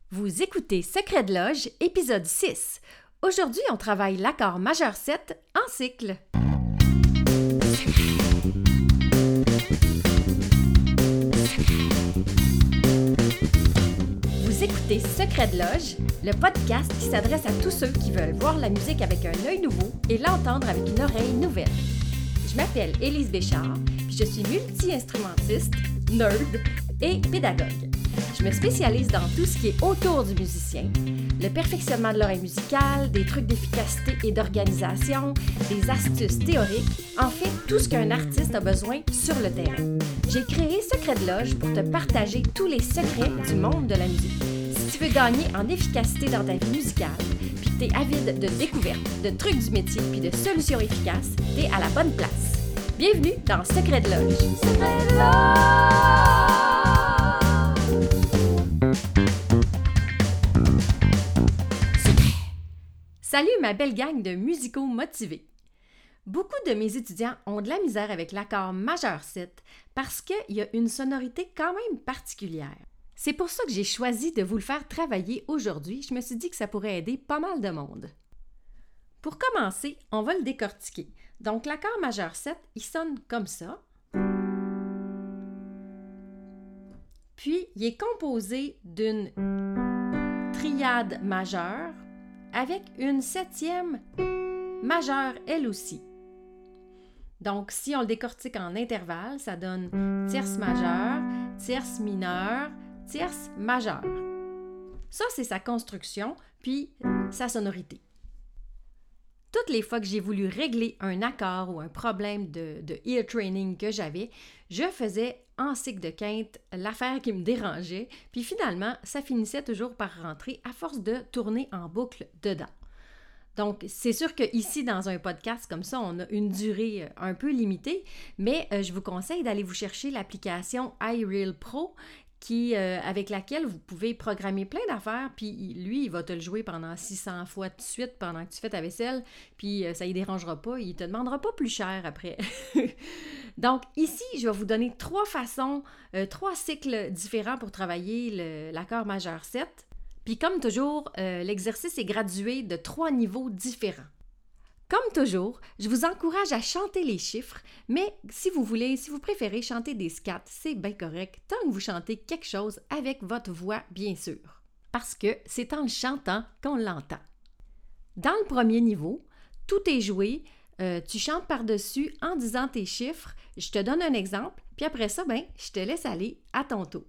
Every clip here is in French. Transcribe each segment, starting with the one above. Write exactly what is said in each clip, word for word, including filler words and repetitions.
Vous écoutez Secret de Loge, épisode six. Aujourd'hui, on travaille l'accord majeur sept en cycle. Vous écoutez Secret de Loge, le podcast qui s'adresse à tous ceux qui veulent voir la musique avec un œil nouveau et l'entendre avec une oreille nouvelle. Je m'appelle Élise Béchard, puis je suis multi-instrumentiste, nerd et pédagogue. Je me spécialise dans tout ce qui est autour du musicien, le perfectionnement de l'oreille musicale, des trucs d'efficacité et d'organisation, des astuces théoriques, en fait, tout ce qu'un artiste a besoin sur le terrain. J'ai créé Secret de Loge pour te partager tous les secrets du monde de la musique. Si tu veux gagner en efficacité dans ta vie musicale, puis que tu es avide de découvertes, de trucs du métier puis de solutions efficaces, tu es à la bonne place. Bienvenue dans Secret de Loge. Secret de Loge! Salut ma belle gang de musicaux motivés! Beaucoup de mes étudiants ont de la misère avec l'accord majeur sept parce qu'il y a une sonorité quand même particulière. C'est pour ça que j'ai choisi de vous le faire travailler aujourd'hui. Je me suis dit que ça pourrait aider pas mal de monde. Pour commencer, on va le décortiquer. Donc l'accord majeur sept, il sonne comme ça. Puis, il est composé d'une triade majeure avec une septième majeure elle aussi. Donc, si on le décortique en intervalles, ça donne tierce majeure, tierce mineure, tierce majeure. Ça, c'est sa construction, puis sa sonorité. Toutes les fois que j'ai voulu régler un accord ou un problème de, de ear training que j'avais, je faisais en cycle de quinte l'affaire qui me dérangeait, puis finalement, ça finissait toujours par rentrer à force de tourner en boucle dedans. Donc, c'est sûr qu'ici, dans un podcast comme ça, on a une durée un peu limitée, mais euh, je vous conseille d'aller vous chercher l'application iReal Pro qui, euh, avec laquelle vous pouvez programmer plein d'affaires, puis lui, il va te le jouer pendant six cents fois de suite pendant que tu fais ta vaisselle, puis euh, ça ne dérangera pas, il ne te demandera pas plus cher après. Donc, ici, je vais vous donner trois façons, euh, trois cycles différents pour travailler le, l'accord majeur sept. Puis comme toujours, euh, l'exercice est gradué de trois niveaux différents. Comme toujours, je vous encourage à chanter les chiffres, mais si vous voulez, si vous préférez chanter des scats, c'est bien correct, tant que vous chantez quelque chose avec votre voix, bien sûr. Parce que c'est en le chantant qu'on l'entend. Dans le premier niveau, tout est joué, euh, tu chantes par-dessus en disant tes chiffres, je te donne un exemple, puis après ça, ben, je te laisse aller à ton tour.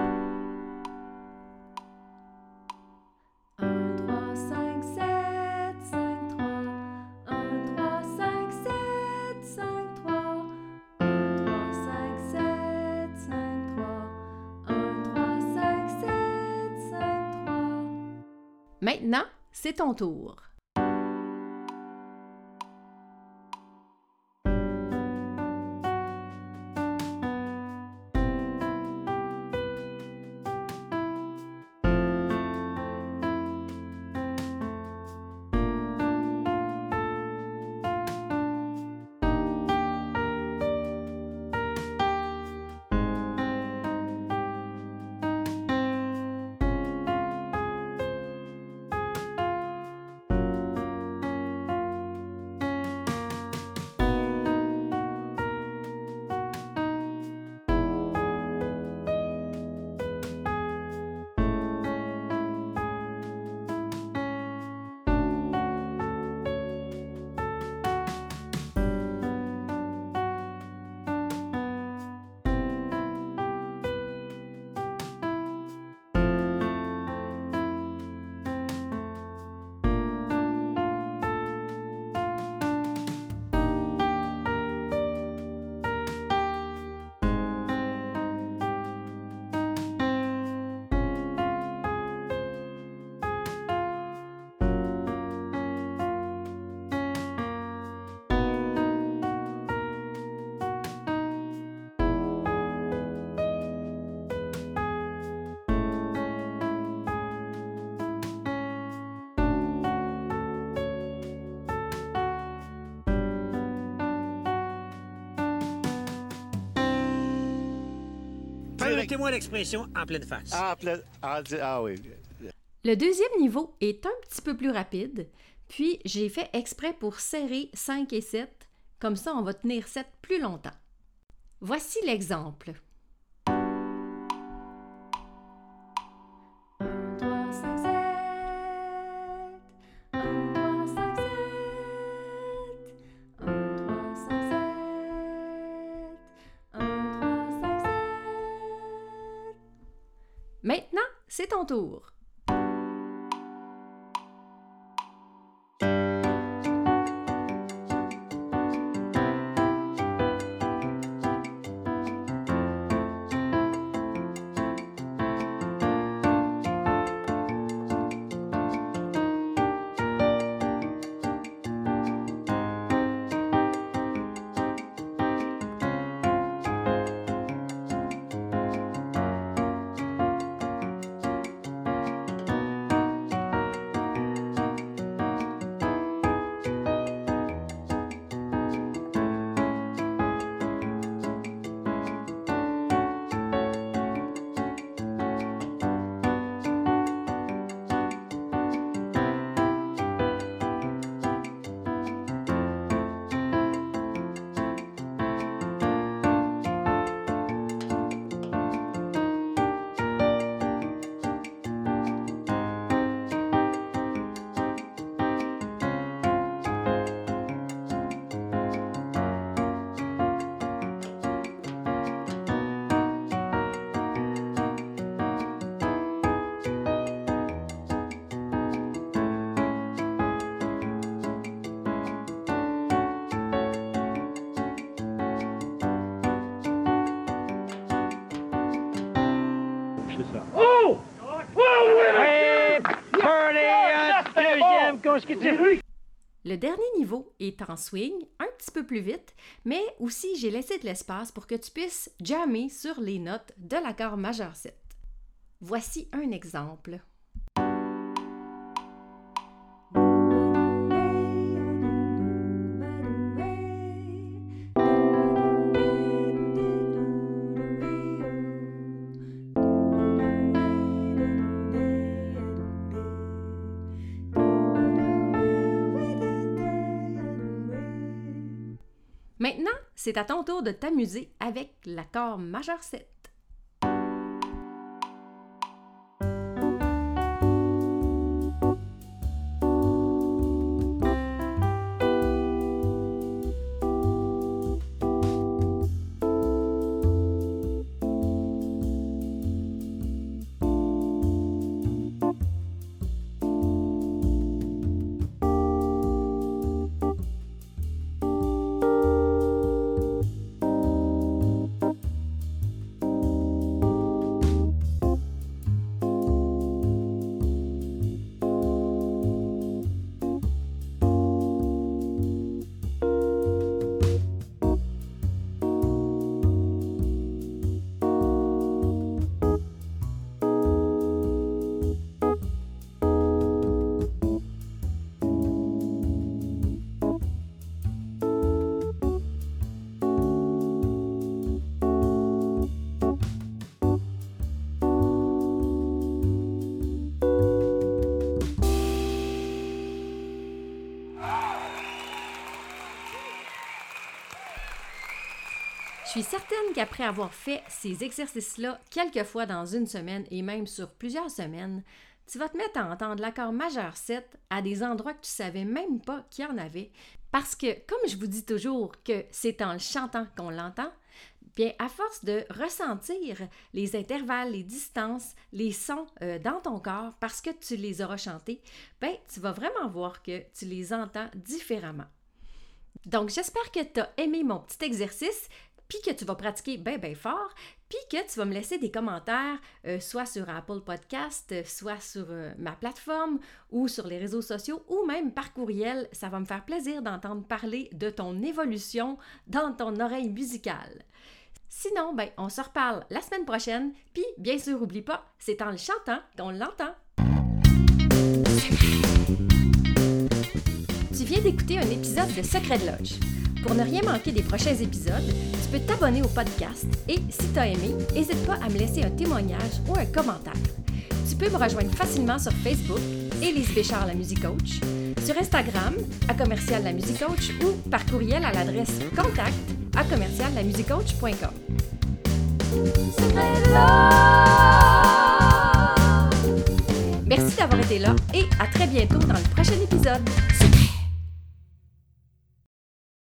Maintenant, c'est ton tour. Permettez-moi l'expression en pleine face. Ah, pleine... ah, ah oui. Le deuxième niveau est un petit peu plus rapide, puis j'ai fait exprès pour serrer cinq et sept, comme ça on va tenir sept plus longtemps. Voici l'exemple. Maintenant, c'est ton tour. Oh! Hey, birdie, deuxième consécutif. Le dernier niveau est en swing, un petit peu plus vite, mais aussi j'ai laissé de l'espace pour que tu puisses jammer sur les notes de l'accord majeur sept. Voici un exemple. Maintenant, c'est à ton tour de t'amuser avec l'accord majeur sept. Je suis certaine qu'après avoir fait ces exercices-là quelques fois dans une semaine et même sur plusieurs semaines, tu vas te mettre à entendre l'accord majeur sept à des endroits que tu savais même pas qu'il y en avait. Parce que, comme je vous dis toujours que c'est en le chantant qu'on l'entend, bien, à force de ressentir les intervalles, les distances, les sons euh, dans ton corps, parce que tu les auras chantés, bien, tu vas vraiment voir que tu les entends différemment. Donc, j'espère que tu as aimé mon petit exercice, puis que tu vas pratiquer bien, bien fort, puis que tu vas me laisser des commentaires, euh, soit sur Apple Podcast, soit sur euh, ma plateforme, ou sur les réseaux sociaux, ou même par courriel. Ça va me faire plaisir d'entendre parler de ton évolution dans ton oreille musicale. Sinon, ben, on se reparle la semaine prochaine, puis bien sûr, oublie pas, c'est en le chantant qu'on l'entend. Tu viens d'écouter un épisode de Secret de Lodge. Pour ne rien manquer des prochains épisodes, tu peux t'abonner au podcast et, si tu as aimé, n'hésite pas à me laisser un témoignage ou un commentaire. Tu peux me rejoindre facilement sur Facebook, Élise Béchard, la musique coach, sur Instagram, à commercial la musique coach ou par courriel à l'adresse contact à commercial la musique coach point com. Merci d'avoir été là et à très bientôt dans le prochain épisode.